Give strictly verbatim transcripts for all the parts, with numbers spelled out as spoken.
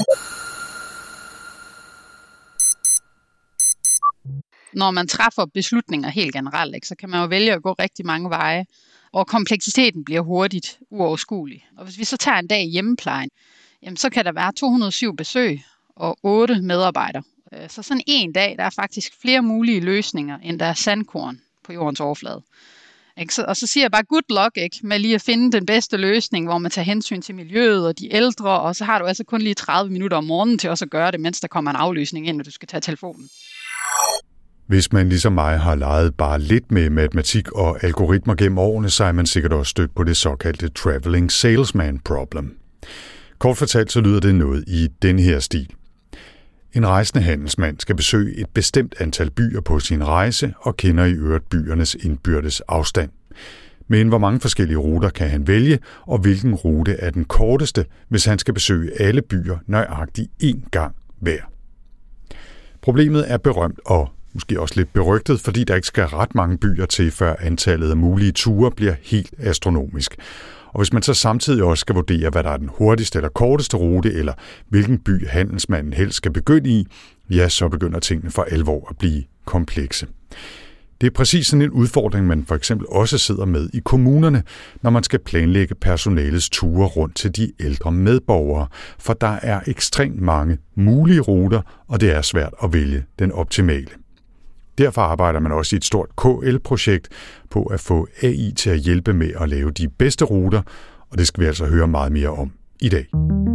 Når man træffer beslutninger helt generelt, ikke, så kan man jo vælge at gå rigtig mange veje, og kompleksiteten bliver hurtigt uoverskuelig. Og hvis vi så tager en dag i hjemmeplejen, jamen, så kan der være to hundrede og syv besøg og otte medarbejdere. Så sådan en dag, der er faktisk flere mulige løsninger, end der er sandkorn på jordens overflade. Ikke? Og så siger jeg bare good luck, ikke, med lige at finde den bedste løsning, hvor man tager hensyn til miljøet og de ældre, og så har du altså kun lige tredive minutter om morgenen til også at gøre det, mens der kommer en afløsning ind, når du skal tage telefonen. Hvis man ligesom mig har leget bare lidt med matematik og algoritmer gennem årene, så er man sikkert også stødt på det såkaldte traveling salesman problem. Kort fortalt så lyder det noget i den her stil. En rejsende handelsmand skal besøge et bestemt antal byer på sin rejse og kender i øvrigt byernes indbyrdes afstand. Men hvor mange forskellige ruter kan han vælge, og hvilken rute er den korteste, hvis han skal besøge alle byer nøjagtigt én gang hver? Problemet er berømt og måske også lidt berygtet, fordi der ikke skal ret mange byer til, før antallet af mulige ture bliver helt astronomisk. Og hvis man så samtidig også skal vurdere, hvad der er den hurtigste eller korteste rute, eller hvilken by handelsmanden helst skal begynde i, ja, så begynder tingene for alvor at blive komplekse. Det er præcis sådan en udfordring, man for eksempel også sidder med i kommunerne, når man skal planlægge personalets ture rundt til de ældre medborgere, for der er ekstremt mange mulige ruter, og det er svært at vælge den optimale. Derfor arbejder man også i et stort K L-projekt på at få A I til at hjælpe med at lave de bedste ruter, og det skal vi altså høre meget mere om i dag.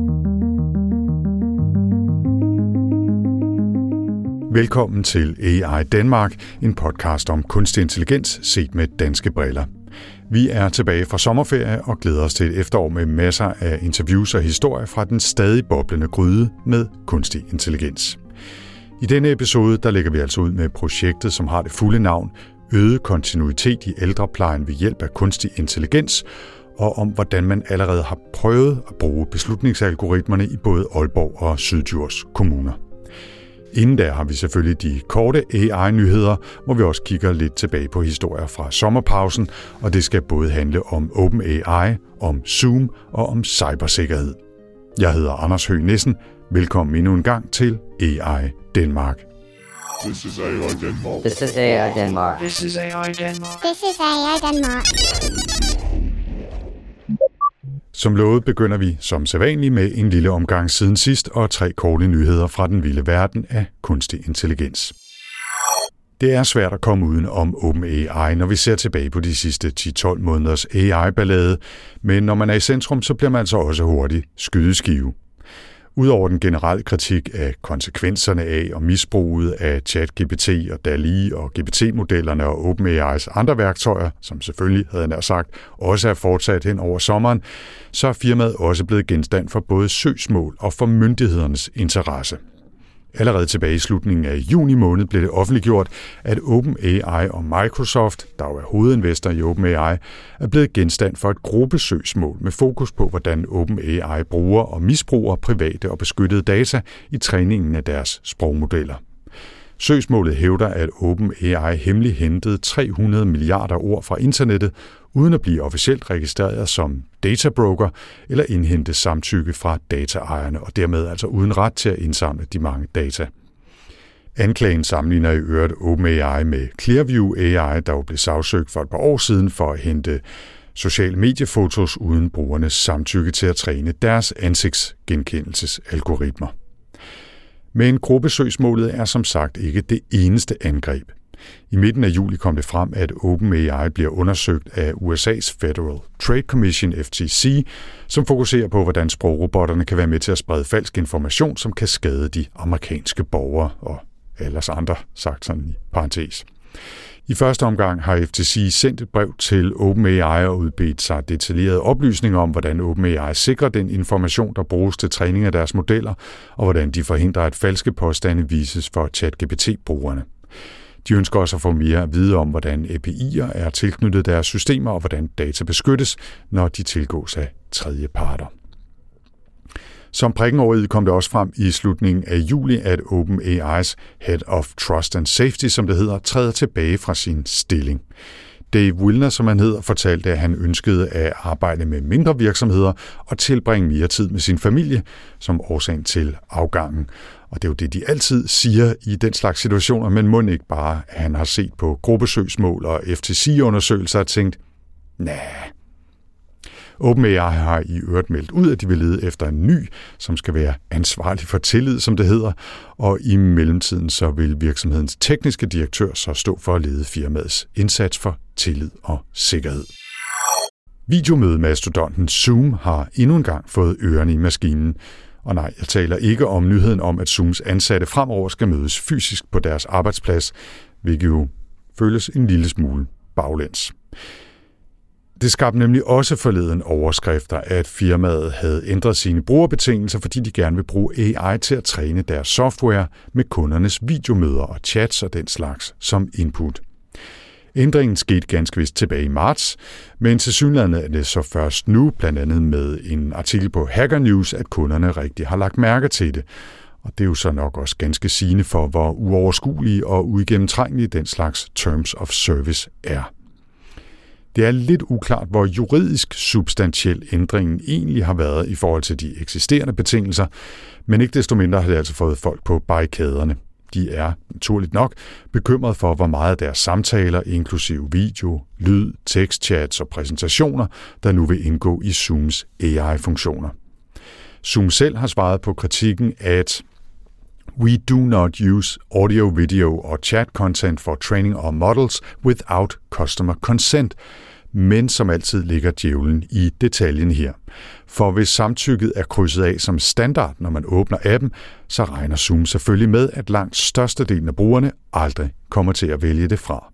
Velkommen til A I Danmark, en podcast om kunstig intelligens set med danske briller. Vi er tilbage fra sommerferie og glæder os til et efterår med masser af interviews og historier fra den stadig boblende gryde med kunstig intelligens. I denne episode der lægger vi altså ud med projektet, som har det fulde navn Øget kontinuitet i ældreplejen ved hjælp af kunstig intelligens, og om hvordan man allerede har prøvet at bruge beslutningsalgoritmerne i både Aalborg og Syddjurs kommuner. Inden da har vi selvfølgelig de korte A I-nyheder, hvor vi også kigger lidt tilbage på historier fra sommerpausen, og det skal både handle om OpenAI, om Zoom og om cybersikkerhed. Jeg hedder Anders Høgh Nissen. Velkommen endnu en gang til A I Danmark. This is A I Denmark. This is A I Denmark. This is A I Denmark. This is A I Denmark. Som lovet begynder vi som sædvanligt med en lille omgang siden sidst og tre korte nyheder fra den vilde verden af kunstig intelligens. Det er svært at komme uden om OpenAI, når vi ser tilbage på de sidste ti til tolv måneders A I-ballade, men når man er i centrum, så bliver man altså også hurtigt skydeskive. Udover den generelle kritik af konsekvenserne af og misbruget af ChatGPT og DALL-E og G P T-modellerne og OpenAI's andre værktøjer, som selvfølgelig, havde jeg nær sagt, også er fortsat hen over sommeren, så er firmaet også blevet genstand for både søgsmål og for myndighedernes interesse. Allerede tilbage i slutningen af juni måned blev det offentliggjort, at OpenAI og Microsoft, der jo er hovedinvestor i OpenAI, er blevet genstand for et gruppesøgsmål med fokus på, hvordan OpenAI bruger og misbruger private og beskyttede data i træningen af deres sprogmodeller. Søgsmålet hævder, at OpenAI hemmeligt hentede tre hundrede milliarder ord fra internettet, uden at blive officielt registreret som databroker eller indhente samtykke fra dataejerne, og dermed altså uden ret til at indsamle de mange data. Anklagen sammenligner i øvrigt OpenAI med Clearview A I, der jo blev sagsøgt for et par år siden for at hente sociale mediefotos uden brugernes samtykke til at træne deres ansigtsgenkendelsesalgoritmer. Men gruppesøgsmålet er som sagt ikke det eneste angreb. I midten af juli kom det frem, at OpenAI bliver undersøgt af U S A's Federal Trade Commission, F T C, som fokuserer på, hvordan sprogrobotterne kan være med til at sprede falsk information, som kan skade de amerikanske borgere og ellers andre, sagt sådan i parentes. I første omgang har F T C sendt et brev til OpenAI og udbedt sig detaljerede oplysninger om, hvordan OpenAI sikrer den information, der bruges til træning af deres modeller, og hvordan de forhindrer, at falske påstande vises for ChatGPT-brugerne. De ønsker også at få mere at vide om, hvordan A P I'er er tilknyttet deres systemer, og hvordan data beskyttes, når de tilgås af tredje parter. Som prikken over i kom det også frem i slutningen af juli, at OpenAI's Head of Trust and Safety, som det hedder, træder tilbage fra sin stilling. Dave Wilner, som han hedder, fortalte, at han ønskede at arbejde med mindre virksomheder og tilbringe mere tid med sin familie som årsagen til afgangen. Og det er jo det, de altid siger i den slags situationer, men må ikke bare, at han har set på gruppesøgsmål og F T C-undersøgelser og tænkt, nej. OpenAI har i øvrigt meldt ud, at de vil lede efter en ny, som skal være ansvarlig for tillid, som det hedder, og i mellemtiden så vil virksomhedens tekniske direktør så stå for at lede firmaets indsats for tillid og sikkerhed. Videomødemastodonten Zoom har endnu en gang fået ørerne i maskinen. Og nej, jeg taler ikke om nyheden om, at Zooms ansatte fremover skal mødes fysisk på deres arbejdsplads, hvilket jo føles en lille smule baglæns. Det skabte nemlig også forleden overskrifter, at firmaet havde ændret sine brugerbetingelser, fordi de gerne vil bruge A I til at træne deres software med kundernes videomøder og chats og den slags som input. Ændringen skete ganske vist tilbage i marts, men tilsyneladende er det så først nu, blandt andet med en artikel på Hacker News, at kunderne rigtig har lagt mærke til det. Og det er jo så nok også ganske sigende for, hvor uoverskuelige og uigennemtrængelige den slags terms of service er. Det er lidt uklart, hvor juridisk substantiel ændringen egentlig har været i forhold til de eksisterende betingelser, men ikke desto mindre har det altså fået folk på barrikaderne. De er, naturligt nok, bekymret for, hvor meget af deres samtaler, inklusive video, lyd, tekstchats og præsentationer, der nu vil indgå i Zooms A I-funktioner. Zoom selv har svaret på kritikken, at We do not use audio, video or chat content for training our models without customer consent, men som altid ligger djævlen i detaljen her. For hvis samtykket er krydset af som standard, når man åbner appen, så regner Zoom selvfølgelig med, at langt størstedelen af brugerne aldrig kommer til at vælge det fra.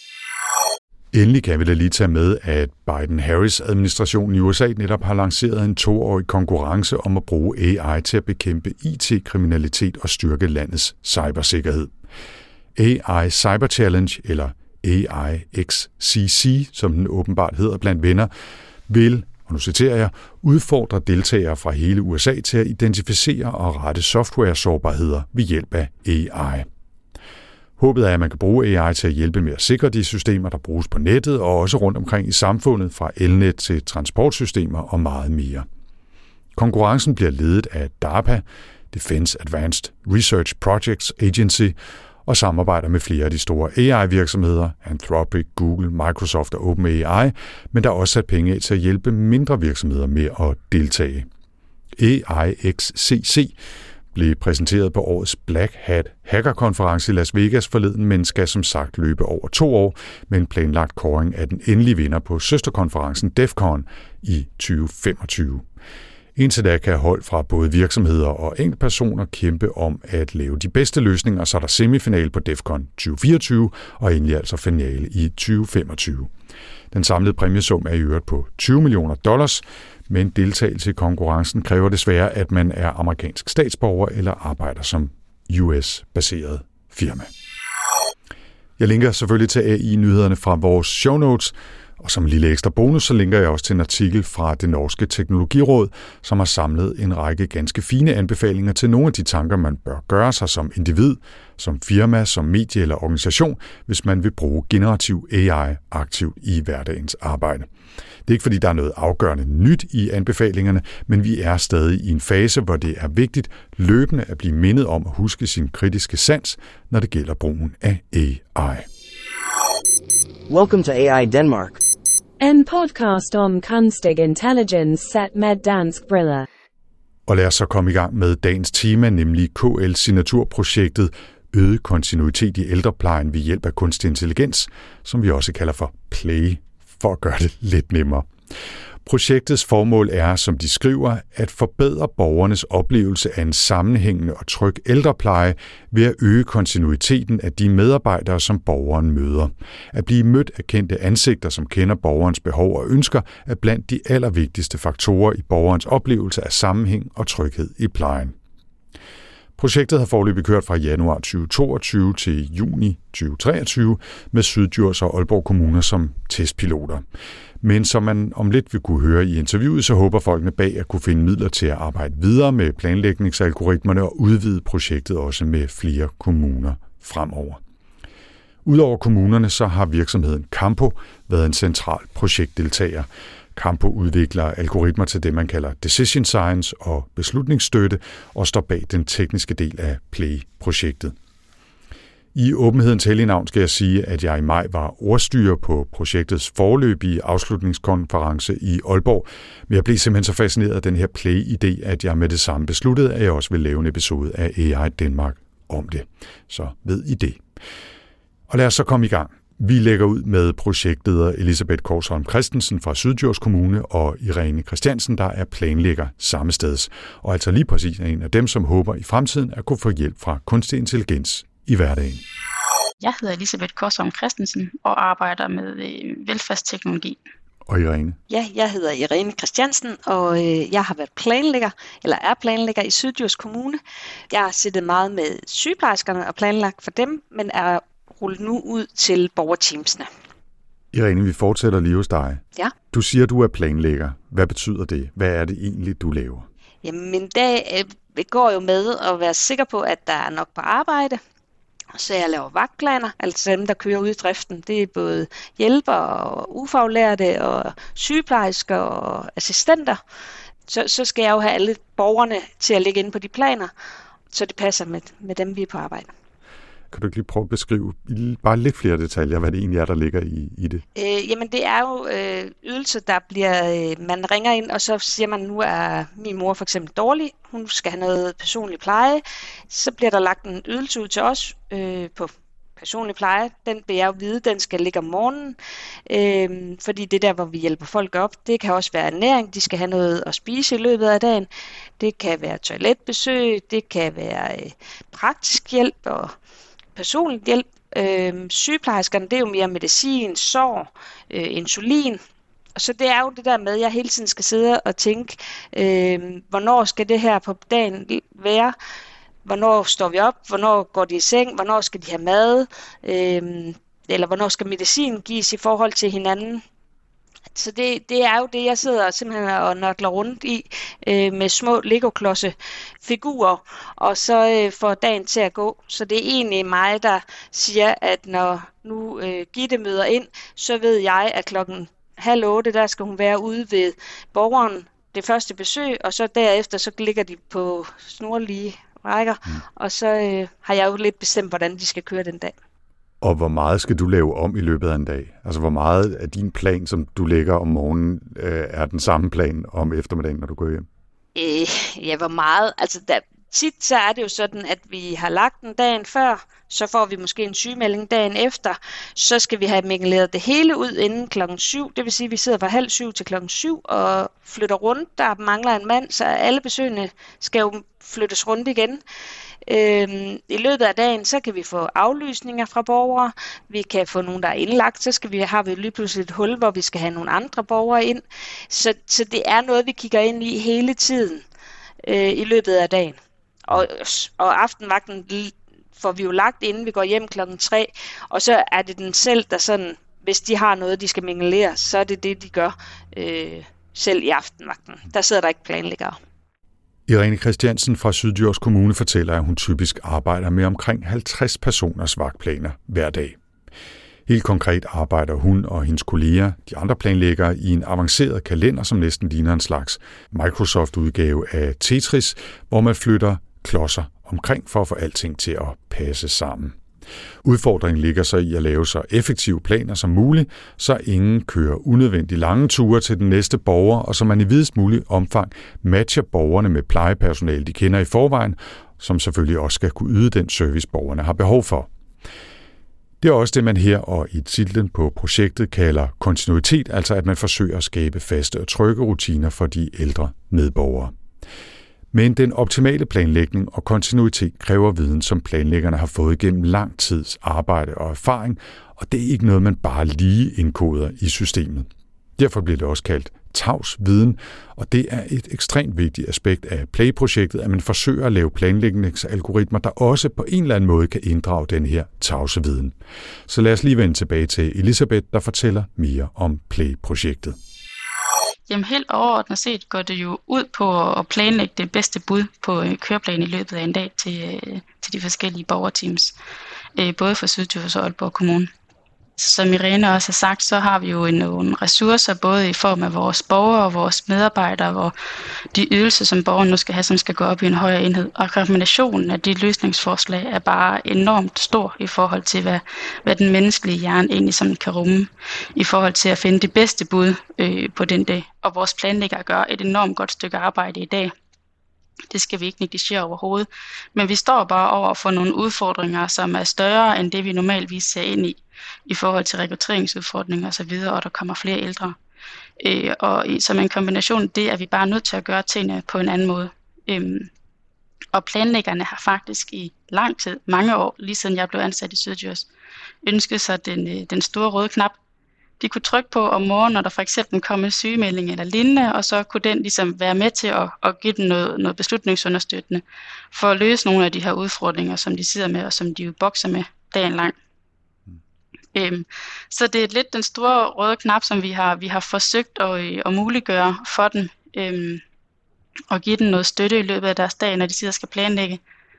Endelig kan vi da lige tage med, at Biden-Harris-administrationen i U S A netop har lanceret en toårig konkurrence om at bruge A I til at bekæmpe I T-kriminalitet og styrke landets cybersikkerhed. A I Cyber Challenge, eller A I X C C, som den åbenbart hedder blandt venner, vil, og nu citerer jeg, udfordre deltagere fra hele U S A til at identificere og rette software-sårbarheder ved hjælp af A I. Håbet er, at man kan bruge A I til at hjælpe med at sikre de systemer, der bruges på nettet og også rundt omkring i samfundet, fra elnet til transportsystemer og meget mere. Konkurrencen bliver ledet af DARPA, Defense Advanced Research Projects Agency, og samarbejder med flere af de store A I-virksomheder, Anthropic, Google, Microsoft og OpenAI, men der er også sat penge af til at hjælpe mindre virksomheder med at deltage. A I X C C blev præsenteret på årets Black Hat Hacker-konference i Las Vegas forleden, men skal som sagt løbe over to år med en planlagt kåring af den endelige vinder på søsterkonferencen DEFCON i tyve femogtyve. Indtil da kan hold fra både virksomheder og enkeltpersoner kæmpe om at lave de bedste løsninger, så er der semifinale på DEFCON tyve fireogtyve og endelig altså finale i tyve femogtyve. Den samlede præmiesum er i øvrigt på tyve millioner dollars, men deltagelse i konkurrencen kræver desværre, at man er amerikansk statsborger eller arbejder som U S-baseret firma. Jeg linker selvfølgelig til A I-nyhederne fra vores show notes, og som en lille ekstra bonus, så linker jeg også til en artikel fra det norske teknologiråd, som har samlet en række ganske fine anbefalinger til nogle af de tanker, man bør gøre sig som individ, som firma, som medie eller organisation, hvis man vil bruge generativ A I aktivt i hverdagens arbejde. Det er ikke, fordi der er noget afgørende nyt i anbefalingerne, men vi er stadig i en fase, hvor det er vigtigt løbende at blive mindet om at huske sin kritiske sans, når det gælder brugen af A I. Welcome to A I Denmark. En podcast om kunstig intelligens set med dansk briller. Og lad os så komme i gang med dagens tema, nemlig K L signaturprojektet Øget kontinuitet i ældreplejen ved hjælp af kunstig intelligens, som vi også kalder for PLAY, for at gøre det lidt nemmere. Projektets formål er, som de skriver, at forbedre borgernes oplevelse af en sammenhængende og tryg ældrepleje ved at øge kontinuiteten af de medarbejdere, som borgeren møder. At blive mødt af kendte ansigter, som kender borgerens behov og ønsker, er blandt de allervigtigste faktorer i borgerens oplevelse af sammenhæng og tryghed i plejen. Projektet har foreløbig kørt fra januar tyve toogtyve til juni tyve treogtyve med Syddjurs og Aalborg kommuner som testpiloter. Men som man om lidt vil kunne høre i interviewet, så håber folkene bag at kunne finde midler til at arbejde videre med planlægningsalgoritmerne og udvide projektet også med flere kommuner fremover. Udover kommunerne, så har virksomheden Campo været en central projektdeltager. Campo udvikler algoritmer til det, man kalder decision science og beslutningsstøtte, og står bag den tekniske del af Play-projektet. I åbenhedens hellige navn skal jeg sige, at jeg i maj var ordstyrer på projektets foreløbige afslutningskonference i Aalborg, men jeg blev simpelthen så fascineret af den her Play-idé, at jeg med det samme besluttede, at jeg også vil lave en episode af A I Danmark om det. Så ved I det. Og lad os så komme i gang. Vi lægger ud med projektleder Elisabeth Korsholm Christensen fra Syddjurs Kommune og Irene Christiansen, der er planlægger samme steds, og altså lige præcis en af dem, som håber i fremtiden at kunne få hjælp fra kunstig intelligens i hverdagen. Jeg hedder Elisabeth Korsholm Christensen og arbejder med velfærdsteknologi. Og Irene? Ja, jeg hedder Irene Christiansen, og øh, jeg har været planlægger, eller er planlægger i Syddjurs Kommune. Jeg har siddet meget med sygeplejerskerne og planlagt for dem, men er rullet nu ud til borgerteamsene. Irene, vi fortsætter lige hos dig. Ja. Du siger, du er planlægger. Hvad betyder det? Hvad er det egentlig, du laver? Jamen, min dag øh, går jo med at være sikker på, at der er nok på arbejde. Så jeg laver vagtplaner, altså dem, der kører ud i driften. Det er både hjælpere og ufaglærte og sygeplejersker og assistenter. Så, så skal jeg jo have alle borgerne til at lægge ind på de planer, så det passer med, med dem, vi er på arbejde. Kan du ikke lige prøve at beskrive bare lidt flere detaljer, hvad det egentlig er, der ligger i, i det? Øh, jamen det er jo øh, ydelser, der bliver, øh, man ringer ind, og så siger man, nu er min mor for eksempel dårlig, hun skal have noget personlig pleje. Så bliver der lagt en ydelse ud til os øh, på personlig pleje. Den vil jeg jo vide, den skal ligge om morgenen, øh, fordi det er der, hvor vi hjælper folk op. Det kan også være ernæring, de skal have noget at spise i løbet af dagen. Det kan være toiletbesøg, det kan være øh, praktisk hjælp og personlig hjælp. Øh, sygeplejerskerne, det er jo mere medicin, sår, øh, insulin. Og så det er jo det der med, at jeg hele tiden skal sidde og tænke, øh, hvornår skal det her på dagen være? Hvornår står vi op? Hvornår går de i seng? Hvornår skal de have mad? Øh, eller hvornår skal medicin gives i forhold til hinanden? Så det, det er jo det, jeg sidder simpelthen og nørkler rundt i øh, med små Lego-klodse figurer, og så øh, får dagen til at gå. Så det er egentlig mig, der siger, at når nu øh, Gitte møder ind, så ved jeg, at klokken halv otte, der skal hun være ude ved borgeren det første besøg, og så derefter, så ligger de på snorlige rækker, mm. og så øh, har jeg jo lidt bestemt, hvordan de skal køre den dag. Og hvor meget skal du lave om i løbet af en dag? Altså hvor meget af din plan, som du lægger om morgenen, øh, er den samme plan om eftermiddagen, når du går hjem? Øh, ja, hvor meget? Altså der, tit så er det jo sådan, at vi har lagt den dagen før, så får vi måske en sygemelding dagen efter, så skal vi have mingeleret det hele ud inden klokken syv. Det vil sige, at vi sidder fra halv syv til klokken syv og flytter rundt. Der mangler en mand, så alle besøgende skal jo flyttes rundt igen. Øhm, I løbet af dagen, så kan vi få aflysninger fra borgere. Vi kan få nogen, der er indlagt. Så skal vi, har vi lige pludselig et hul, hvor vi skal have nogle andre borgere ind. Så, så det er noget, vi kigger ind i hele tiden øh, i løbet af dagen. Og, og aftenvagten får vi jo lagt, inden vi går hjem klokken tre. Og så er det den selv, der sådan, hvis de har noget, de skal mingelere, så er det det, de gør øh, selv i aftenvagten. Der sidder der ikke planlæggere. Irene Christiansen fra Syddjurs Kommune fortæller, at hun typisk arbejder med omkring halvtreds personers vagtplaner hver dag. Helt konkret arbejder hun og hendes kolleger, de andre planlæggere, i en avanceret kalender, som næsten ligner en slags Microsoft-udgave af Tetris, hvor man flytter klodser omkring for at få alting til at passe sammen. Udfordringen ligger så i at lave så effektive planer som muligt, så ingen kører unødvendigt lange ture til den næste borger, og så man i videst mulig omfang matcher borgerne med plejepersonale, de kender i forvejen, som selvfølgelig også skal kunne yde den service, borgerne har behov for. Det er også det, man her og i titlen på projektet kalder kontinuitet, altså at man forsøger at skabe faste og trygge rutiner for de ældre medborgere. Men den optimale planlægning og kontinuitet kræver viden, som planlæggerne har fået gennem lang tids arbejde og erfaring, og det er ikke noget, man bare lige indkoder i systemet. Derfor bliver det også kaldt tavs viden, og det er et ekstremt vigtigt aspekt af Play-projektet, at man forsøger at lave planlægningsalgoritmer, der også på en eller anden måde kan inddrage den her tavse viden. Så lad os lige vende tilbage til Elisabeth, der fortæller mere om Play-projektet. Jamen helt overordnet set går det jo ud på at planlægge det bedste bud på køreplanen i løbet af en dag til, til de forskellige borgerteams, både for Syddjurs og Aalborg Kommune. Som Irene også har sagt, så har vi jo nogle ressourcer, både i form af vores borgere og vores medarbejdere, hvor de ydelser, som borgerne nu skal have, som skal gå op i en højere enhed. Og kombinationen af de løsningsforslag er bare enormt stor i forhold til, hvad, hvad den menneskelige hjerne egentlig sådan kan rumme, i forhold til at finde det bedste bud øh, på den dag. Og vores planlæggere gør et enormt godt stykke arbejde i dag. Det skal vi ikke negligere overhovedet. Men vi står bare over for nogle udfordringer, som er større end det, vi normalvis ser ind i, i forhold til rekrutteringsudfordringer osv., og der kommer flere ældre. Øh, og som en kombination af det, er vi bare nødt til at gøre tingene på en anden måde. Øhm, og planlæggerne har faktisk i lang tid, mange år, lige siden jeg blev ansat i Syddjurs, ønsket sig den, den store røde knap. De kunne trykke på om morgenen, når der for eksempel kom en sygemelding eller lignende, og så kunne den ligesom være med til at, at give dem noget, noget beslutningsunderstøttende for at løse nogle af de her udfordringer, som de sidder med, og som de jo bokser med dagen lang. Mm. Øhm, så det er lidt den store røde knap, som vi har, vi har forsøgt at, at muliggøre for den, øhm, og give den noget støtte i løbet af deres dag, når de sidder og skal planlægge.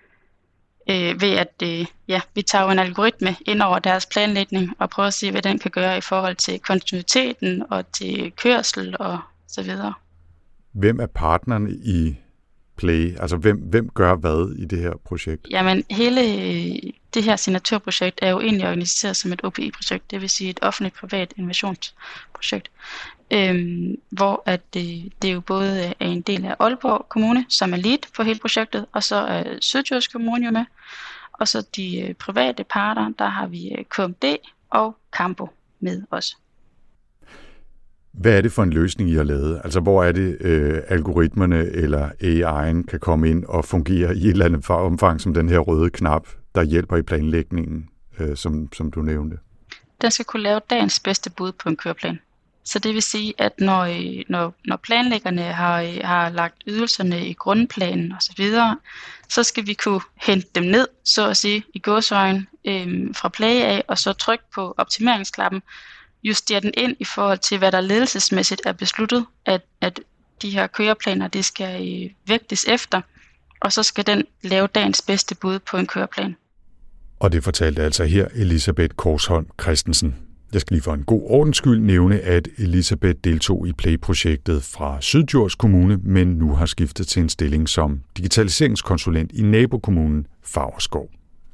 Øh, ved at øh, ja, vi tager en algoritme ind over deres planlægning og prøver at se, hvad den kan gøre i forhold til kontinuiteten og til kørsel og så videre. Hvem er partnerne i Play? Altså hvem, hvem gør hvad i det her projekt? Jamen hele det her signaturprojekt er jo egentlig organiseret som et O P I-projekt, det vil sige et offentligt-privat innovationsprojekt. Øhm, hvor at det, det jo både er en del af Aalborg Kommune, som er lead på hele projektet, og så er Syddjurs Kommune jo med, og så de private parter, der har vi K M D og Campo med os. Hvad er det for en løsning, I har lavet? Altså hvor er det, øh, algoritmerne eller A I'en kan komme ind og fungere i et eller andet omfang, som den her røde knap, der hjælper i planlægningen, øh, som, som du nævnte? Den skal kunne lave dagens bedste bud på en køreplan. Så det vil sige, at når, når, når planlæggerne har, har lagt ydelserne i grundplanen osv., så, så skal vi kunne hente dem ned, så at sige, i gåseøjne øh, fra Play af, og så trykke på optimeringsklappen, justere den ind i forhold til, hvad der ledelsesmæssigt er besluttet, at, at de her køreplaner, det skal øh, vægtes efter, og så skal den lave dagens bedste bud på en køreplan. Og det fortalte altså her Elisabeth Korsholm Christensen. Jeg skal lige for en god ordens skyld nævne, at Elisabeth deltog i Play-projektet fra Syddjurs Kommune, men nu har skiftet til en stilling som digitaliseringskonsulent i nabokommunen Favrskov.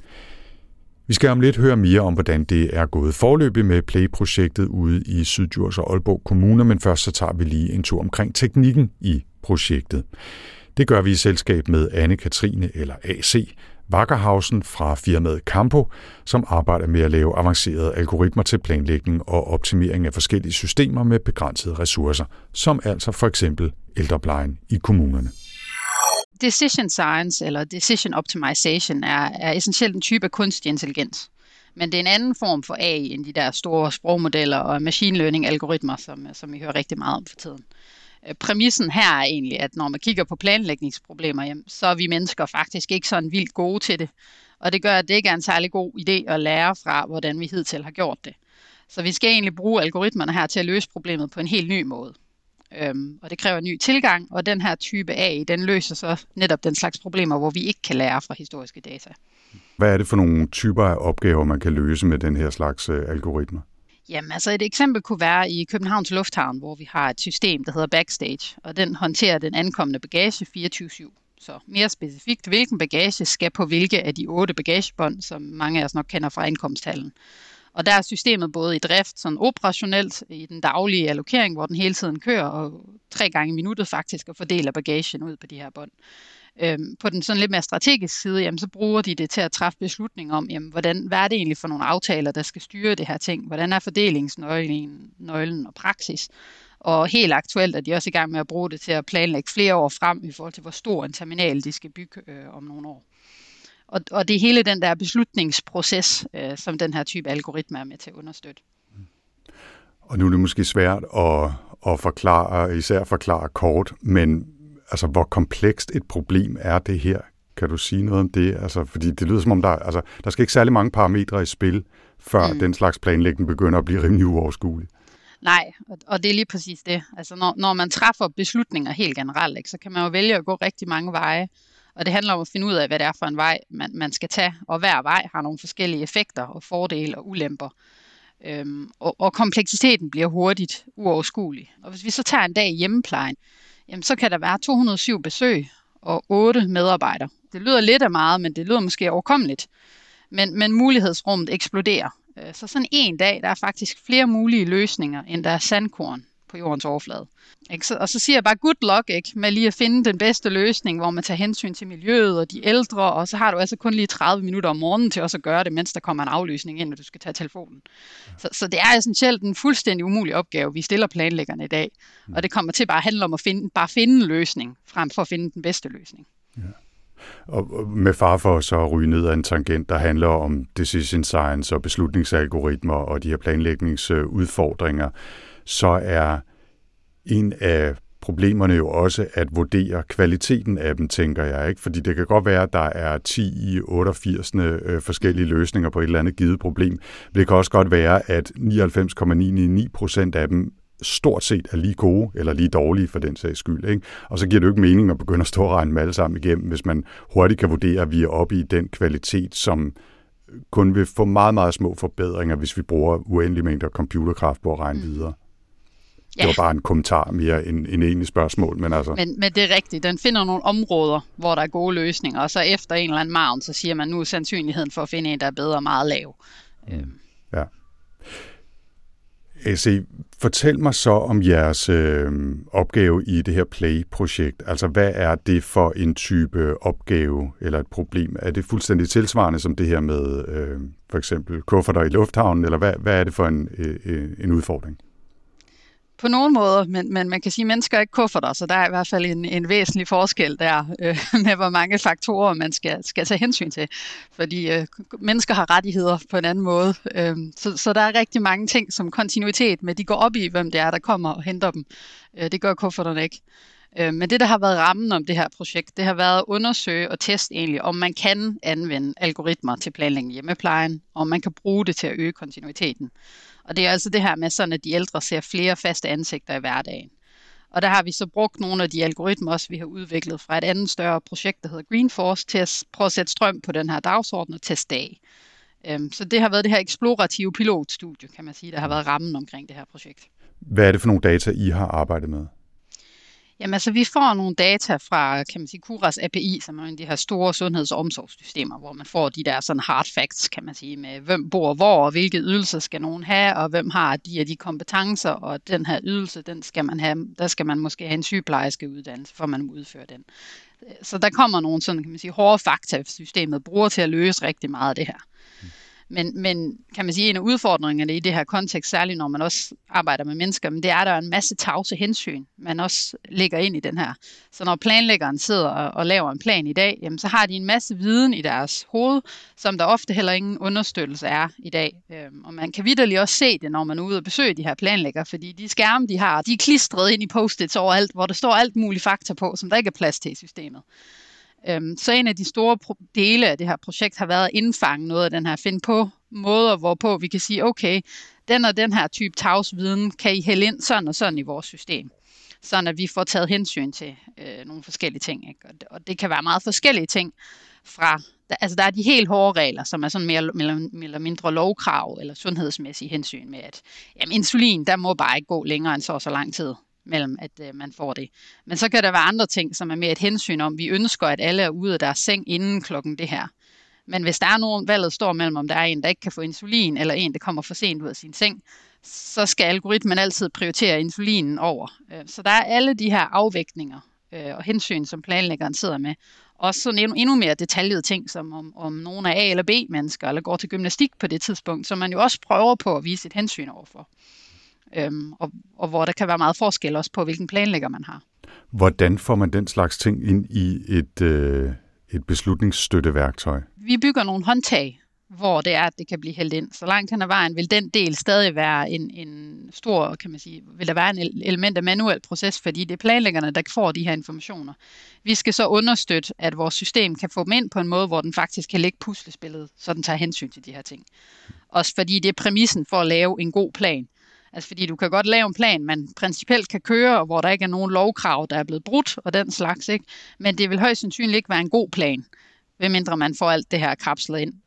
Vi skal om lidt høre mere om, hvordan det er gået forløbig med Play-projektet ude i Syddjurs og Aalborg Kommuner, men først så tager vi lige en tur omkring teknikken i projektet. Det gør vi i selskab med Anne-Katrine eller A C Wackerhausen fra firmaet Campo, som arbejder med at lave avancerede algoritmer til planlægning og optimering af forskellige systemer med begrænsede ressourcer, som altså for eksempel ældreplejen i kommunerne. Decision science eller decision optimization er, er essentielt en type af kunstig intelligens. Men det er en anden form for A I end de der store sprogmodeller og machine learning algoritmer, som, som vi hører rigtig meget om for tiden. Præmissen her er egentlig, at når man kigger på planlægningsproblemer, jamen, så er vi mennesker faktisk ikke sådan vildt gode til det. Og det gør, at det ikke er en særlig god idé at lære fra, hvordan vi hidtil har gjort det. Så vi skal egentlig bruge algoritmerne her til at løse problemet på en helt ny måde. Øhm, og det kræver en ny tilgang, og den her type A I, den løser så netop den slags problemer, hvor vi ikke kan lære fra historiske data. Hvad er det for nogle typer af opgaver, man kan løse med den her slags øh, algoritmer? Jamen altså et eksempel kunne være i Københavns Lufthavn, hvor vi har et system, der hedder Backstage, og den håndterer den ankommende bagage fireogtyve syv. Så mere specifikt, hvilken bagage skal på hvilke af de otte bagagebånd, som mange af os nok kender fra indkomsthallen. Og der er systemet både i drift, sådan operationelt, i den daglige allokering, hvor den hele tiden kører, og tre gange i minuttet faktisk, og fordeler bagagen ud på de her bånd. Øhm, på den sådan lidt mere strategiske side, jamen, så bruger de det til at træffe beslutninger om, jamen, hvordan, hvad er det egentlig for nogle aftaler, der skal styre det her ting? Hvordan er fordelingsnøglen nøglen og praksis? Og helt aktuelt er de også i gang med at bruge det til at planlægge flere år frem i forhold til, hvor stor en terminal de skal bygge øh, om nogle år. Og, og det er hele den der beslutningsproces, øh, som den her type algoritme er med til at understøtte. Og nu er det måske svært at, at forklare, især forklare kort, men altså, hvor komplekst et problem er det her? Kan du sige noget om det? Altså, fordi det lyder som om, der, altså, der skal ikke særlig mange parametre i spil, før mm. den slags planlægning begynder at blive rimelig uoverskuelig. Nej, og det er lige præcis det. Altså når, når man træffer beslutninger helt generelt, ikke, så kan man jo vælge at gå rigtig mange veje. Og det handler om at finde ud af, hvad det er for en vej, man, man skal tage. Og hver vej har nogle forskellige effekter og fordele og ulemper. Øhm, og, og kompleksiteten bliver hurtigt uoverskuelig. Og hvis vi så tager en dag i hjemmeplejen, jamen, så kan der være to hundrede og syv besøg og otte medarbejdere. Det lyder lidt af meget, men det lyder måske overkommeligt. Men, men mulighedsrummet eksploderer. Så sådan en dag, der er faktisk flere mulige løsninger, end der er sandkorn på jordens overflade. Og så siger jeg bare good luck, ikke, med lige at finde den bedste løsning, hvor man tager hensyn til miljøet og de ældre, og så har du altså kun lige tredive minutter om morgenen til også at gøre det, mens der kommer en afløsning ind, når du skal tage telefonen. Så, så det er essentielt en fuldstændig umulig opgave, vi stiller planlæggerne i dag. Og det kommer til bare at handle om at finde, bare finde en løsning, frem for at finde den bedste løsning. Ja. Og med far for så at ryge ned af en tangent, der handler om decision science og beslutningsalgoritmer og de her planlægningsudfordringer, så er en af problemerne jo også at vurdere kvaliteten af dem, tænker jeg, ikke? Fordi det kan godt være, at der er ti i otteogfirs øh, forskellige løsninger på et eller andet givet problem. Men det kan også godt være, at nioghalvfems komma ni ni ni procent af dem stort set er lige gode, eller lige dårlige for den sags skyld, ikke? Og så giver det jo ikke mening at begynde at stå og regne dem alle sammen igennem, hvis man hurtigt kan vurdere, at vi er oppe i den kvalitet, som kun vil få meget, meget små forbedringer, hvis vi bruger uendelige mængder computerkraft på at regne mm. videre. Ja. Det var bare en kommentar mere end en egentlig spørgsmål. Men, altså. men, men det er rigtigt. Den finder nogle områder, hvor der er gode løsninger, og så efter en eller anden margen, så siger man, nu er sandsynligheden for at finde en, der er bedre, meget lav. Mm. Ja. A C, fortæl mig så om jeres øh, opgave i det her Play-projekt. Altså, hvad er det for en type opgave eller et problem? Er det fuldstændig tilsvarende som det her med øh, for eksempel kufferter i lufthavnen, eller hvad, hvad er det for en, øh, en udfordring? På nogle måder, men, men man kan sige, at mennesker er ikke kufferter, så der er i hvert fald en, en væsentlig forskel der øh, med, hvor mange faktorer man skal, skal tage hensyn til. Fordi øh, mennesker har rettigheder på en anden måde. Øh, så, så der er rigtig mange ting som kontinuitet, men de går op i, hvem det er, der kommer og henter dem. Øh, det gør kufferterne ikke. Øh, men det, der har været rammen om det her projekt, det har været at undersøge og teste egentlig, om man kan anvende algoritmer til planlægning i hjemmeplejen, og om man kan bruge det til at øge kontinuiteten. Og det er altså det her med sådan, at de ældre ser flere faste ansigter i hverdagen. Og der har vi så brugt nogle af de algoritmer også, vi har udviklet fra et andet større projekt, der hedder GreenForce, til at prøve at sætte strøm på den her dagsorden og teste af. Så det har været det her eksplorative pilotstudie, kan man sige, der har været rammen omkring det her projekt. Hvad er det for nogle data, I har arbejdet med? Jamen altså, vi får nogle data fra, kan man sige, Curas A P I, som er en af de her store sundheds- og omsorgssystemer, hvor man får de der sådan hard facts, kan man sige, med hvem bor hvor, og hvilke ydelser skal nogen have, og hvem har de og de kompetencer, og den her ydelse, den skal man have, der skal man måske have en sygeplejerske uddannelse, for man må udføre den. Så der kommer nogle sådan, kan man sige, hårde fakta, systemet bruger til at løse rigtig meget af det her. Men, men kan man sige, en af udfordringerne i det her kontekst, særligt når man også arbejder med mennesker, men det er, at der er en masse tavse hensyn, man også lægger ind i den her. Så når planlæggeren sidder og, og laver en plan i dag, jamen, så har de en masse viden i deres hoved, som der ofte heller ingen understøttelse er i dag. Øhm, og man kan vitterligt også se det, når man er ude og besøge de her planlæggere, fordi de skærme, de har, de er klistret ind i post-its overalt, hvor der står alt muligt fakta på, som der ikke er plads til i systemet. Så en af de store dele af det her projekt har været at indfange noget af den her, finde på måder, hvorpå vi kan sige, okay, den og den her type tavsviden kan I hælde ind sådan og sådan i vores system. Sådan at vi får taget hensyn til øh, nogle forskellige ting. Ikke? Og, det, og det kan være meget forskellige ting fra, der, altså der er de helt hårde regler, som er sådan mere eller mindre lovkrav eller sundhedsmæssige hensyn med, at jamen, insulin, der må bare ikke gå længere end så og så lang tid mellem, at øh, man får det. Men så kan der være andre ting, som er mere et hensyn om, vi ønsker, at alle er ude af deres seng inden klokken det her. Men hvis der er nogen, valget står mellem, om der er en, der ikke kan få insulin, eller en, der kommer for sent ud af sin seng, så skal algoritmen altid prioritere insulinen over. Så der er alle de her afvægtninger øh, og hensyn, som planlæggeren sidder med. Også sådan endnu, endnu mere detaljede ting, som om, om nogen er A- eller B-mennesker, eller går til gymnastik på det tidspunkt, som man jo også prøver på at vise et hensyn overfor. Øhm, og, og hvor der kan være meget forskel også på, hvilken planlægger man har. Hvordan får man den slags ting ind i et, øh, et beslutningsstøtteværktøj? Vi bygger nogle håndtag, hvor det er, at det kan blive hældt ind. Så langt hen ad vejen vil den del stadig være en, en stor, kan man sige, vil der være en element af manuel proces, fordi det er planlæggerne, der får de her informationer. Vi skal så understøtte, at vores system kan få dem ind på en måde, hvor den faktisk kan lægge puslespillet, så den tager hensyn til de her ting. Også fordi det er præmissen for at lave en god plan, Altså fordi du kan godt lave en plan, man principielt kan køre, hvor der ikke er nogen lovkrav, der er blevet brudt og den slags, ikke? Men det vil højst sandsynligt ikke være en god plan, medmindre man får alt det her kapslet ind.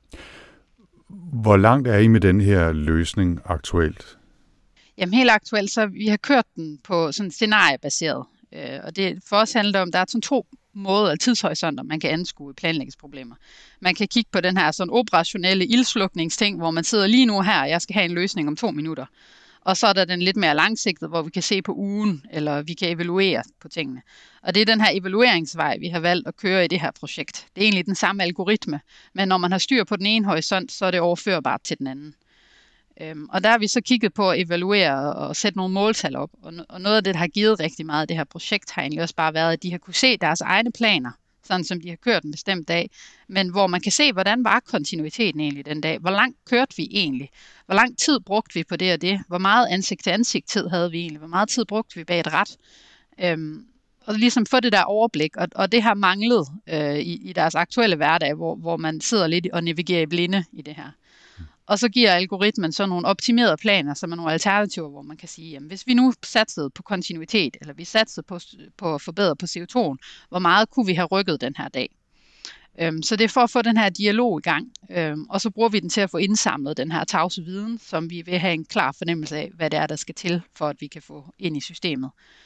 Hvor langt er I med den her løsning aktuelt? Jamen helt aktuelt, så vi har kørt den på sådan scenariebaseret. Øh, og det for os handler det om, der er sådan to måder af tidshorisonter, man kan anskue planlægningsproblemer. Man kan kigge på den her sådan operationelle ildslukningsting, hvor man sidder lige nu her, og jeg skal have en løsning om to minutter. Og så er der den lidt mere langsigtede, hvor vi kan se på ugen, eller vi kan evaluere på tingene. Og det er den her evalueringsvej, vi har valgt at køre i det her projekt. Det er egentlig den samme algoritme, men når man har styr på den ene horisont, så er det overførbart til den anden. Øhm, og der har vi så kigget på at evaluere og sætte nogle måltal op. Og, og noget af det, der har givet rigtig meget af det her projekt, har egentlig også bare været, at de har kunne se deres egne planer, sådan som de har kørt en bestemt dag, men hvor man kan se, hvordan var kontinuiteten egentlig den dag? Hvor langt kørte vi egentlig? Hvor lang tid brugte vi på det og det? Hvor meget ansigt-til-ansigt tid havde vi egentlig? Hvor meget tid brugte vi bag et rat? Øhm, og ligesom få det der overblik, og, og det har manglet øh, i, i deres aktuelle hverdag, hvor, hvor man sidder lidt og navigerer i blinde i det her. Og så giver algoritmen så nogle optimerede planer, som er nogle alternativer, hvor man kan sige, jamen hvis vi nu satsede på kontinuitet, eller vi satsede på, på at forbedre på C O to'en, hvor meget kunne vi have rykket den her dag? Øhm, så det er for at få den her dialog i gang, øhm, og så bruger vi den til at få indsamlet den her tavse viden, som vi vil have en klar fornemmelse af, hvad det er, der skal til, for at vi kan få ind i systemet.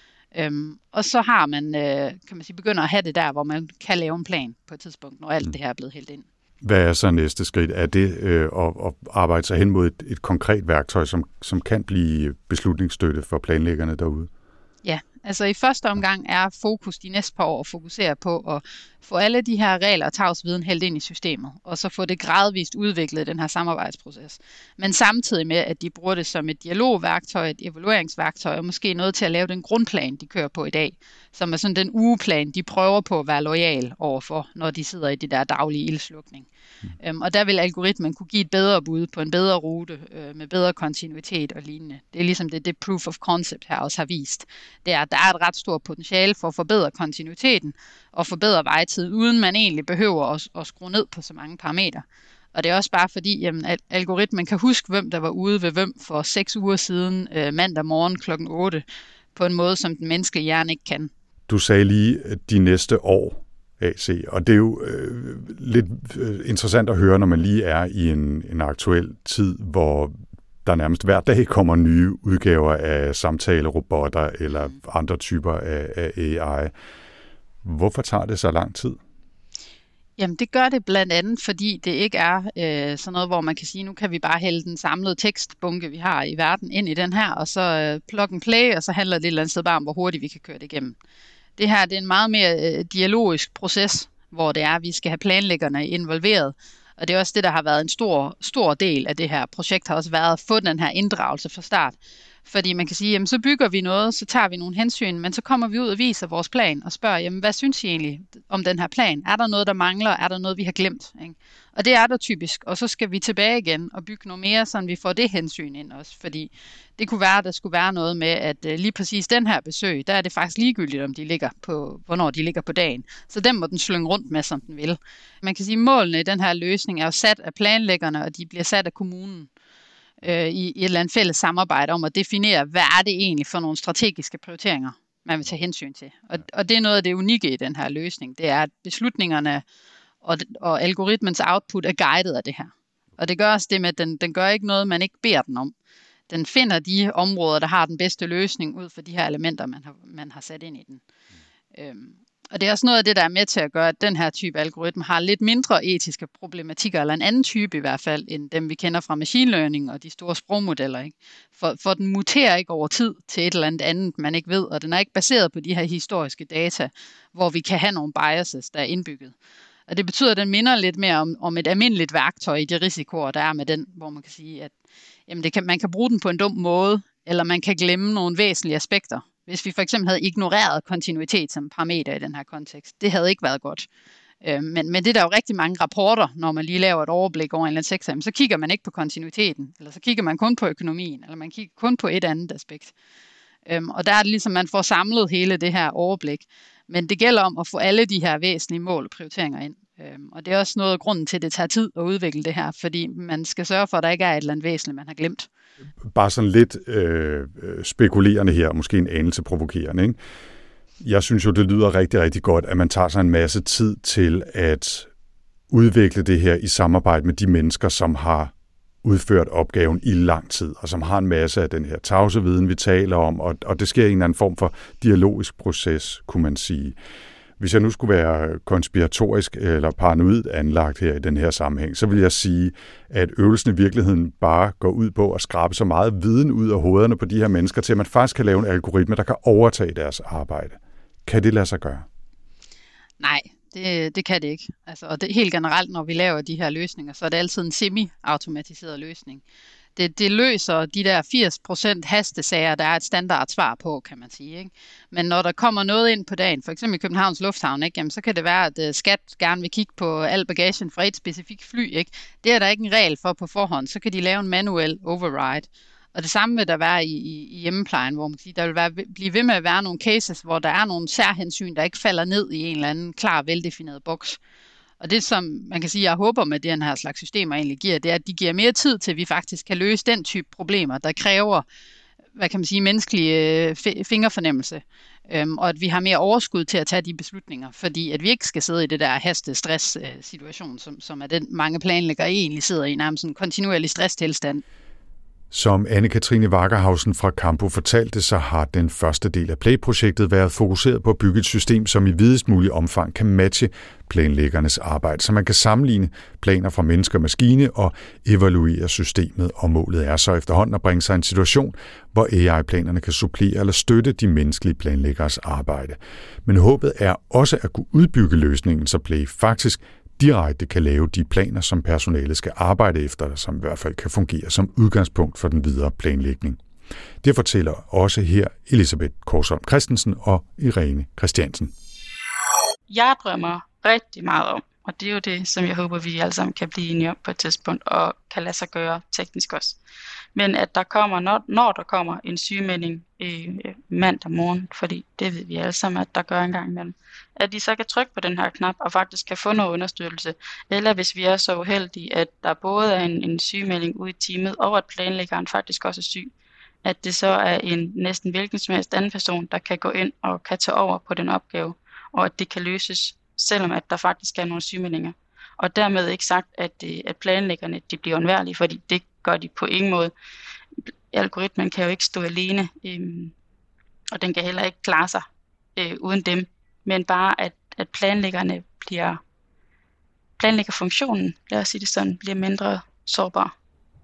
Øhm, og så har man, øh, kan man sige, begynder at have det der, hvor man kan lave en plan på et tidspunkt, når alt det her er blevet hældt ind. Hvad er så næste skridt? Er det øh, at, at arbejde sig hen mod et, et konkret værktøj, som, som kan blive beslutningsstøtte for planlæggerne derude? Ja, altså i første omgang er fokus de næste par år at fokusere på at få alle de her regler og tavsviden hældt ind i systemet, og så få det gradvist udviklet i den her samarbejdsproces. Men samtidig med, at de bruger det som et dialogværktøj, et evalueringsværktøj, og måske noget til at lave den grundplan, de kører på i dag, som er sådan den ugeplan, de prøver på at være loyal overfor, når de sidder i det der daglige ildslukning. Mm. Øhm, og der vil algoritmen kunne give et bedre bud på en bedre rute, øh, med bedre kontinuitet og lignende. Det er ligesom det, det proof of concept her også har vist. Det er, at der er et ret stort potentiale for at forbedre kontinuiteten og forbedre vejtiden, uden man egentlig behøver at, at skrue ned på så mange parametre. Og det er også bare fordi, jamen, algoritmen kan huske, hvem der var ude ved hvem for seks uger siden, øh, mandag morgen klokken otte, på en måde, som den menneskelige hjerne ikke kan. Du sagde lige de næste år, A C, og det er jo øh, lidt øh, interessant at høre, når man lige er i en, en aktuel tid, hvor der nærmest hver dag kommer nye udgaver af samtalerobotter eller andre typer af, af A I. Hvorfor tager det så lang tid? Jamen det gør det blandt andet, fordi det ikke er øh, sådan noget, hvor man kan sige, nu kan vi bare hælde den samlede tekstbunke, vi har i verden, ind i den her, og så øh, plug and play, og så handler det et eller andet sted bare om, hvor hurtigt vi kan køre det igennem. Det her det er en meget mere øh, dialogisk proces, hvor det er, at vi skal have planlæggerne involveret. Og det er også det, der har været en stor, stor del af det her projekt, har også været at få den her inddragelse fra start. Fordi man kan sige, jamen så bygger vi noget, så tager vi nogle hensyn, men så kommer vi ud og viser vores plan og spørger, jamen hvad synes I egentlig om den her plan? Er der noget, der mangler? Er der noget, vi har glemt? Ikke? Og det er der typisk, og så skal vi tilbage igen og bygge noget mere, så vi får det hensyn ind også. Fordi det kunne være, at der skulle være noget med, at lige præcis den her besøg, der er det faktisk ligegyldigt, om de ligger på, hvornor de ligger på dagen. Så den må den slynge rundt med, som den vil. Man kan sige, at målene i den her løsning er jo sat af planlæggerne, og de bliver sat af kommunen øh, i, i et eller andet fælles samarbejde om at definere, hvad er det egentlig for nogle strategiske prioriteringer, man vil tage hensyn til. Og, og det er noget af det unikke i den her løsning, det er, at beslutningerne og, og algoritmens output er guidet af det her. Og det gør også det med, at den, den gør ikke noget, man ikke beder den om. Den finder de områder, der har den bedste løsning ud for de her elementer, man har, man har sat ind i den. Mm. Øhm, og det er også noget af det, der er med til at gøre, at den her type algoritme har lidt mindre etiske problematikker, eller en anden type i hvert fald, end dem vi kender fra machine learning og de store sprogmodeller. Ikke? For, for den muterer ikke over tid til et eller andet andet, man ikke ved, og den er ikke baseret på de her historiske data, hvor vi kan have nogle biases, der er indbygget. Og det betyder, at den minder lidt mere om, om et almindeligt værktøj i de risikoer, der er med den, hvor man kan sige, at jamen det kan, man kan bruge den på en dum måde, eller man kan glemme nogle væsentlige aspekter. Hvis vi for eksempel havde ignoreret kontinuitet som parameter i den her kontekst, det havde ikke været godt. Øh, men, men det er der jo rigtig mange rapporter, når man lige laver et overblik over en eller anden sektor, så kigger man ikke på kontinuiteten, eller så kigger man kun på økonomien, eller man kigger kun på et andet aspekt. Øhm, og der er det ligesom, man får samlet hele det her overblik. Men det gælder om at få alle de her væsentlige mål og prioriteringer ind. Øhm, og det er også noget af grunden til, at det tager tid at udvikle det her, fordi man skal sørge for, at der ikke er et eller andet væsentligt, man har glemt. Bare sådan lidt øh, spekulerende her, måske en anelse provokerende, ikke? Jeg synes jo, det lyder rigtig, rigtig godt, at man tager sig en masse tid til at udvikle det her i samarbejde med de mennesker, som har udført opgaven i lang tid, og som har en masse af den her tavse viden, vi taler om, og, og det sker i en eller anden form for dialogisk proces, kunne man sige. Hvis jeg nu skulle være konspiratorisk eller paranoid anlagt her i den her sammenhæng, så vil jeg sige, at øvelsen i virkeligheden bare går ud på at skrabe så meget viden ud af hovederne på de her mennesker, til at man faktisk kan lave en algoritme, der kan overtage deres arbejde. Kan det lade sig gøre? Nej, det, det kan det ikke. Altså, og det, helt generelt, når vi laver de her løsninger, så er det altid en semi-automatiseret løsning. Det, det løser de der firs procent hastesager, der er et standardsvar på, kan man sige. Ikke? Men når der kommer noget ind på dagen, for eksempel i Københavns Lufthavn, ikke? Jamen, så kan det være, at uh, skat gerne vil kigge på al bagagen fra et specifikt fly. Ikke? Det er der ikke en regel for på forhånd, så kan de lave en manuel override. Og det samme vil der være i, i, i hjemmeplejen, hvor man kan sige, der vil være, blive ved med at være nogle cases, hvor der er nogle særhensyn, der ikke falder ned i en eller anden klar, veldefineret boks. Og det, som man kan sige, jeg håber med den her slags systemer egentlig giver, det er, at de giver mere tid til, at vi faktisk kan løse den type problemer, der kræver, hvad kan man sige, menneskelig øh, fingerfornemmelse. Øhm, og at vi har mere overskud til at tage de beslutninger, fordi at vi ikke skal sidde i det der haste-stress-situation, øh, som, som er den mange planlæggere egentlig sidder i, nærmest en kontinuerlig stresstilstand. Som Anne-Katrine Wackerhausen fra Campo fortalte, så har den første del af Play-projektet været fokuseret på at bygge et system, som i videst mulig omfang kan matche planlæggernes arbejde, så man kan sammenligne planer fra menneske og maskine og evaluere systemet, og målet er så efterhånden at bringe sig i en situation, hvor A I-planerne kan supplere eller støtte de menneskelige planlæggeres arbejde. Men håbet er også at kunne udbygge løsningen, så Play faktisk direkte kan lave de planer, som personalet skal arbejde efter, som i hvert fald kan fungere som udgangspunkt for den videre planlægning. Det fortæller også her Elisabeth Korsholm Christensen og Irene Christiansen. Jeg drømmer rigtig meget om, og det er jo det, som jeg håber, vi alle sammen kan blive enige om på et tidspunkt, og kan lade sig gøre teknisk også. Men at der kommer, når, når der kommer en sygemelding øh, mandag morgen, fordi det ved vi alle sammen, at der gør en gang imellem, at de så kan trykke på den her knap og faktisk kan få noget understøttelse. Eller hvis vi er så uheldige, at der både er en, en sygemelding ude i teamet, og at planlæggeren faktisk også er syg, at det så er en næsten hvilken som helst anden person, der kan gå ind og kan tage over på den opgave, og at det kan løses, selvom at der faktisk er nogle sygemeldinger. Og dermed ikke sagt, at, at planlæggerne de bliver undværlige, fordi det gør de på ingen måde. Algoritmen kan jo ikke stå alene, øhm, og den kan heller ikke klare sig øh, uden dem. Men bare at, at planlæggerne bliver, planlæggerfunktionen, lad os sige det sådan, bliver mindre sårbar.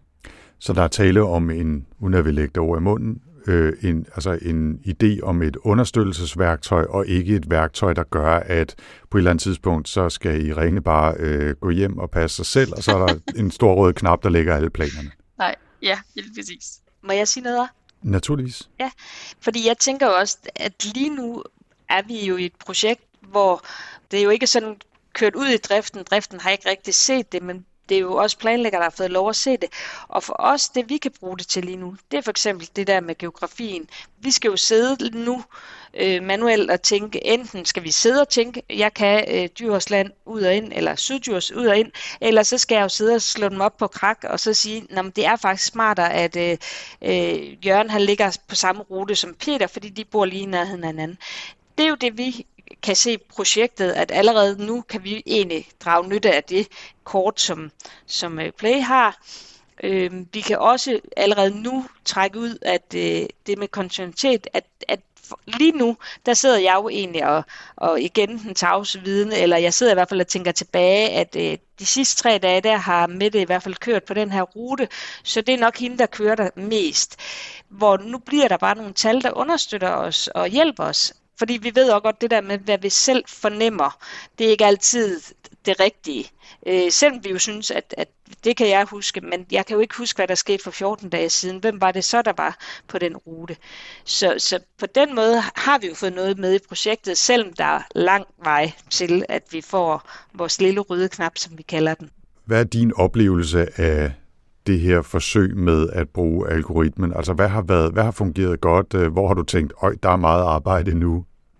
Så der er tale om en, uden at vi lægger det over i munden, øh, en, altså en idé om et understøttelsesværktøj, og ikke et værktøj, der gør, at på et eller andet tidspunkt, så skal Irene bare øh, gå hjem og passe sig selv, og så er der en stor rød knap, der lægger alle planerne. Nej, ja, helt præcis. Må jeg sige noget? Naturligvis. Ja, fordi jeg tænker jo også, at lige nu er vi jo i et projekt, hvor det er jo ikke sådan kørt ud i driften. Driften har ikke rigtig set det, men det er jo også planlæggere, der har fået lov at se det. Og for os, det vi kan bruge det til lige nu, det er for eksempel det der med geografien. Vi skal jo sidde nu øh, manuelt og tænke, enten skal vi sidde og tænke, jeg kan øh, Djursland ud og ind, eller Syddjurs ud og ind, eller så skal jeg jo sidde og slå dem op på krak, og så sige, at det er faktisk smartere, at øh, øh, Jørgen han ligger på samme rute som Peter, fordi de bor lige i nærheden af hinanden. Det er jo det, vi kan se projektet, at allerede nu kan vi egentlig drage nytte af det kort, som, som Play har. Øh, vi kan også allerede nu trække ud, at øh, det med kontinuitet, at, at lige nu, der sidder jeg jo egentlig og, og igen den tavse viden, eller jeg sidder i hvert fald og tænker tilbage, at øh, de sidste tre dage, der har Mette i hvert fald kørt på den her rute, så det er nok hende, der kører der mest. Hvor nu bliver der bare nogle tal, der understøtter os og hjælper os. Fordi vi ved også godt det der med, hvad vi selv fornemmer, det er ikke altid det rigtige. Øh, selvom vi jo synes, at, at det kan jeg huske, men jeg kan jo ikke huske, hvad der skete for fjorten dage siden. Hvem var det så, der var på den rute? Så, så på den måde har vi jo fået noget med i projektet, selvom der er lang vej til, at vi får vores lille røde knap, som vi kalder den. Hvad er din oplevelse af det her forsøg med at bruge algoritmen? Altså, hvad har været, hvad har fungeret godt? Hvor har du tænkt, øj, der er meget arbejde nu?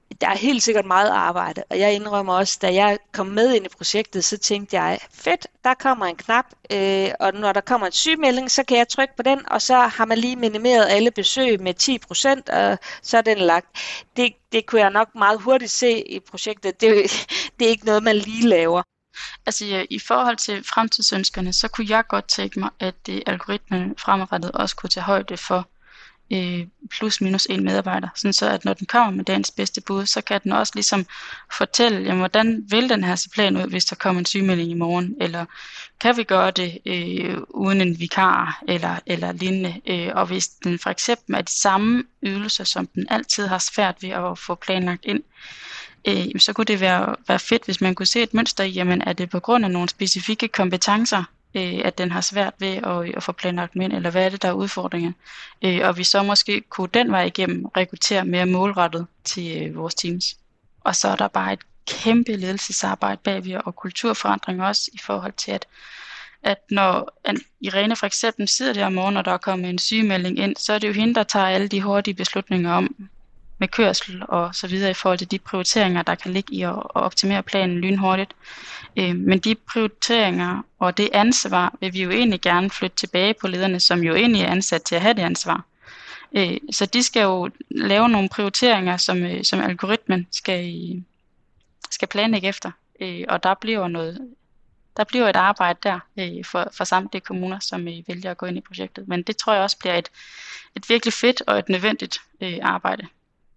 der er helt sikkert meget arbejde, og jeg indrømmer også, da jeg kom med ind i projektet, så tænkte jeg, fedt, der kommer en knap, øh, og når der kommer en sygemelding, så kan jeg trykke på den, og så har man lige minimeret alle besøg med ti procent, og så er den lagt. Det, det kunne jeg nok meget hurtigt se i projektet. Det, det er ikke noget, man lige laver. Altså i forhold til fremtidsønskerne, så kunne jeg godt tænke mig, at det algoritmen fremadrettet også kunne tage højde for øh, plus minus en medarbejder. Sådan så at når den kommer med dagens bedste bud, så kan den også ligesom fortælle, jamen, hvordan vil den her se plan ud, hvis der kommer en sygemelding i morgen, eller kan vi gøre det øh, uden en vikar, eller, eller lignende. Øh, og hvis den for eksempel er de samme ydelser, som den altid har svært ved at få planlagt ind, øh, så kunne det være, være fedt, hvis man kunne se et mønster i, jamen er det på grund af nogle specifikke kompetencer, øh, at den har svært ved at, at få planlagt ind, eller hvad er det, der er udfordringen? Øh, og vi så måske kunne den vej igennem rekruttere mere målrettet til øh, vores teams. Og så er der bare et kæmpe ledelsesarbejde bagved, og kulturforandring også i forhold til, at, at når Irene for eksempel sidder der om morgenen, og der er kommet en sygemelding ind, så er det jo hende, der tager alle de hurtige beslutninger om, med kørsel og så videre i forhold til de prioriteringer, der kan ligge i at, at optimere planen lynhurtigt. Øh, men de prioriteringer og det ansvar vil vi jo egentlig gerne flytte tilbage på lederne, som jo egentlig er ansat til at have det ansvar. Øh, så de skal jo lave nogle prioriteringer, som, som algoritmen skal, skal planlægge efter. Øh, og der bliver noget, der bliver et arbejde der øh, for, for samtlige kommuner, som øh, vælger at gå ind i projektet. Men det tror jeg også bliver et, et virkelig fedt og et nødvendigt øh, arbejde.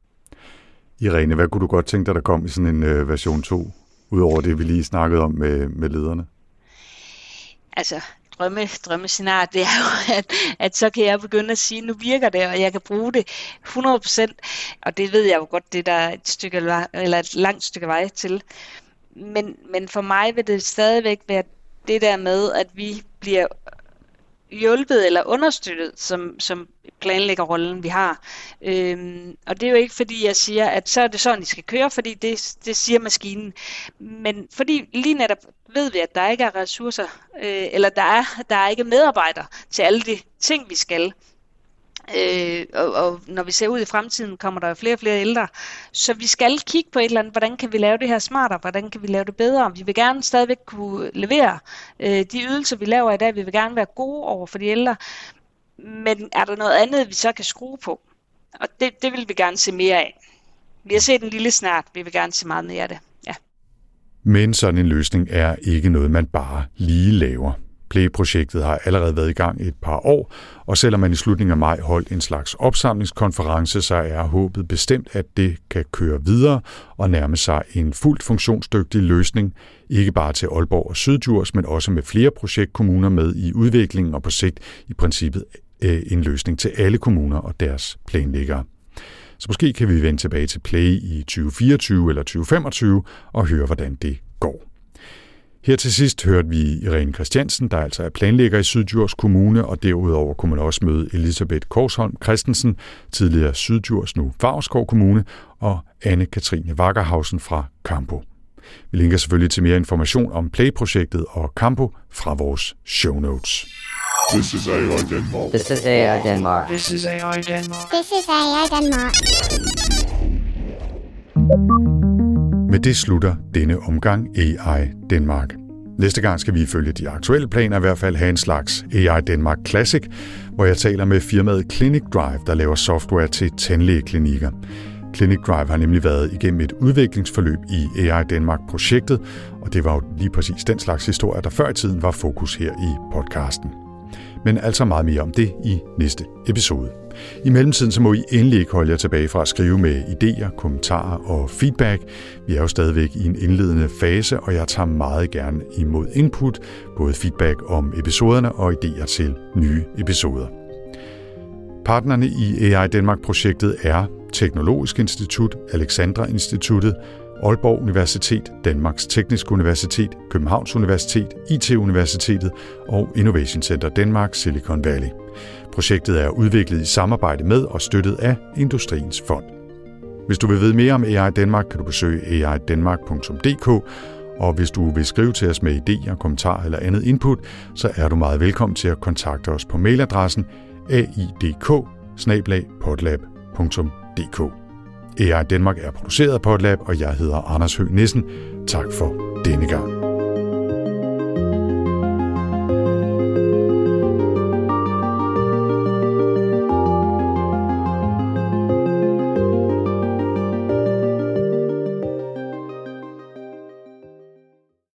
Irene, hvad kunne du godt tænke dig, der kom i sådan en øh, version to, udover det, vi lige snakkede om med, med lederne? Altså, drømme, drømmescenarie, det er jo, at, at så kan jeg begynde at sige, nu virker det, og jeg kan bruge det hundrede procent, og det ved jeg jo godt, det der er et stykke, eller et langt stykke vej til. Men, men for mig vil det stadigvæk være det der med, at vi bliver hjulpet eller understøttet som, som planlæggerrollen, vi har. Øhm, og det er jo ikke fordi, jeg siger, at så er det sådan, de skal køre, fordi det, det siger maskinen. Men fordi lige netop ved vi, at der ikke er ressourcer, øh, eller der er, der er ikke medarbejdere til alle de ting, vi skal. Øh, og, og når vi ser ud i fremtiden, kommer der flere og flere ældre. Så vi skal kigge på et eller andet, hvordan kan vi lave det her smartere, hvordan kan vi lave det bedre. Vi vil gerne stadigvæk kunne levere øh, de ydelser, vi laver i dag. Vi vil gerne være gode over for de ældre. Men er der noget andet, vi så kan skrue på? Og det, det vil vi gerne se mere af. Vi har set en lille snart, vi vil gerne se meget mere af det. Ja. Men sådan en løsning er ikke noget, man bare lige laver. Play-projektet har allerede været i gang et par år, og selvom man i slutningen af maj holdt en slags opsamlingskonference, så er håbet bestemt, at det kan køre videre og nærme sig en fuldt funktionsdygtig løsning, ikke bare til Aalborg og Syddjurs, men også med flere projektkommuner med i udviklingen og på sigt i princippet en løsning til alle kommuner og deres planlæggere. Så måske kan vi vende tilbage til Play i tyve fireogtyve eller tyve femogtyve og høre, hvordan det går. Her til sidst hørte vi Irene Christiansen, der altså er planlægger i Syddjurs Kommune, og derudover kunne man også møde Elisabeth Korsholm Christensen, tidligere Syddjurs, nu Favrskov Kommune, og Anne-Katrine Wackerhausen fra Campo. Vi linker selvfølgelig til mere information om Play-projektet og Campo fra vores show notes. This is A I Denmark. This is A I Denmark. This is A I Denmark. This is A I Denmark. Med det slutter denne omgang A I Denmark. Næste gang skal vi ifølge de aktuelle planer i hvert fald have en slags A I Denmark Classic, hvor jeg taler med firmaet Clinic Drive, der laver software til tandlægeklinikker. Clinic Drive har nemlig været igennem et udviklingsforløb i A I Denmark-projektet, og det var jo lige præcis den slags historie, der før i tiden var fokus her i podcasten. Men altså meget mere om det i næste episode. I mellemtiden så må I endelig ikke holde jer tilbage fra at skrive med idéer, kommentarer og feedback. Vi er jo stadigvæk i en indledende fase, og jeg tager meget gerne imod input, både feedback om episoderne og idéer til nye episoder. Partnerne i A I Denmark-projektet er Teknologisk Institut, Alexandra Instituttet, Aalborg Universitet, Danmarks Tekniske Universitet, Københavns Universitet, I T-universitetet og Innovation Center Denmark Silicon Valley. Projektet er udviklet i samarbejde med og støttet af Industriens Fond. Hvis du vil vide mere om A I Denmark, kan du besøge a i denmark punktum d k, og hvis du vil skrive til os med idéer, kommentarer eller andet input, så er du meget velkommen til at kontakte os på mailadressen a i d k bindestreg podlab punktum d k. A I Danmark er produceret af Podlab, og jeg hedder Anders Høgh Nissen. Tak for denne gang.